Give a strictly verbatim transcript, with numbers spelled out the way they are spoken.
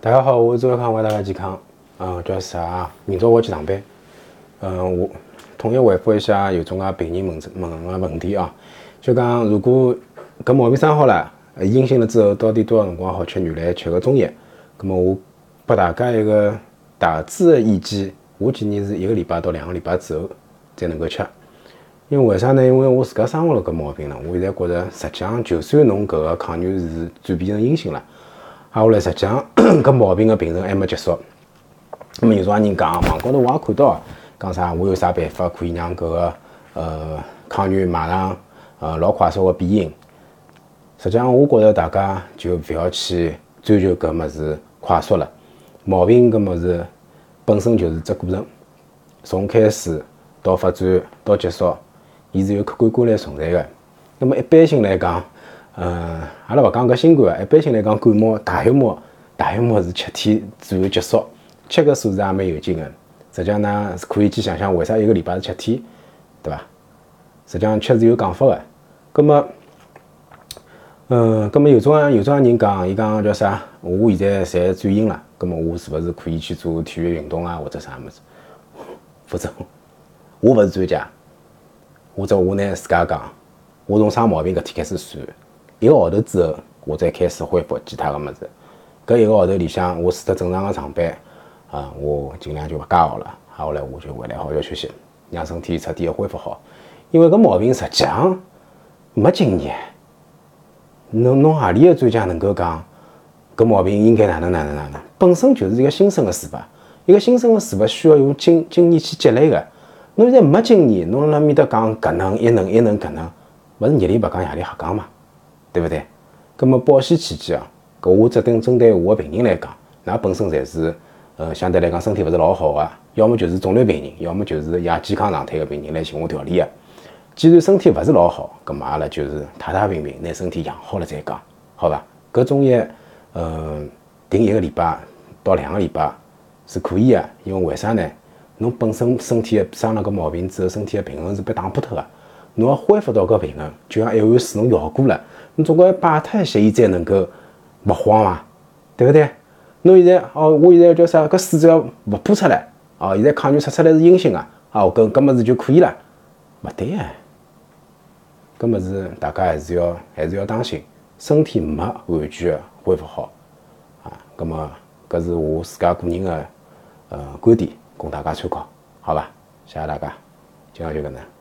大家好，我是周伟康，为大家健康。嗯，叫啥？明朝我去上班。嗯，我统一回复一下有种啊病人问问个问题啊，就讲如果搿毛病生好了，阴性了之后，到底多少辰光好吃原来吃个中药？咁么我拨大家一个大致的意见，我建议是一个礼拜到两个礼拜之后才能够吃。因为为啥呢？因为我自家生活了搿毛病了，我现在觉着实际上就算侬搿个抗原是转变成阴性了，挨下来实际上搿毛病的病程还没结束。那么有种人讲，网高头我也看到，讲啥我有啥办法可以让搿个呃抗原马上呃老快速的变阴？实际上我觉着大家就勿要去追求搿物事快速了，毛病搿物事本身就是只过程，从开始到发展到结束。伊是有客观规律存在的。那么一般性来讲，呃，阿拉勿讲搿新冠啊，一般性来讲，感冒、大感冒、大感冒是七天左右结束，七个数字也蛮有劲的。实际上呢，是可以去想想为啥一个礼拜是七天，对伐？实际上七是有讲法的。葛么，嗯，葛么有种有种人讲，伊讲叫啥？我现在侪转阴了，葛么我是勿是可以去做体育运动啊，或者啥物事？否则，我勿是专家。或者我呢自家讲，我从生毛病搿天开始算，一个号头之后，我再开始恢复其他的物事。搿一个号头里向，我除脱正常的上班，啊，我尽量就勿加学了。后来我就回来好好休息，让身体彻底的恢复好。因为搿毛病实际上没经验，侬侬何里个专家能够讲搿毛病应该哪能哪能哪能？本身就是一个新生的事物，一个新生的事物需要用经经验去积累的。侬现在没经验，侬辣面搭讲搿能一能一能搿能，勿是日里勿讲夜里瞎讲嘛，对不对？葛么保险起见啊，搿我只针针对我的病人来讲，㑚本身侪是呃相对来讲身体勿是老好个，要么就是肿瘤病人，要么就是亚健康状态的病人来寻我调理个。既然身体勿是老好，葛么阿拉就是太太平平，拿身体养好了再讲，好伐？搿中药呃定一个礼拜到两个礼拜是可以个，因为为啥呢？侬本身身体生了个毛病之后，身体的平衡是被打破脱的。侬要恢复到搿平衡，就像一碗水侬摇过了，侬总归要摆脱一些，伊才能够勿慌嘛，对不对？侬现在哦，我现在叫啥？搿水只要勿泼出来，哦，现在抗原测出来是阴性啊，哦，搿搿物事就可以了，勿对啊。搿物事大家还是要还是要当心，身体没完全恢复好啊。搿么搿是我自家个人的呃观点。供大家参考，好吧？谢谢大家，今朝就搿能。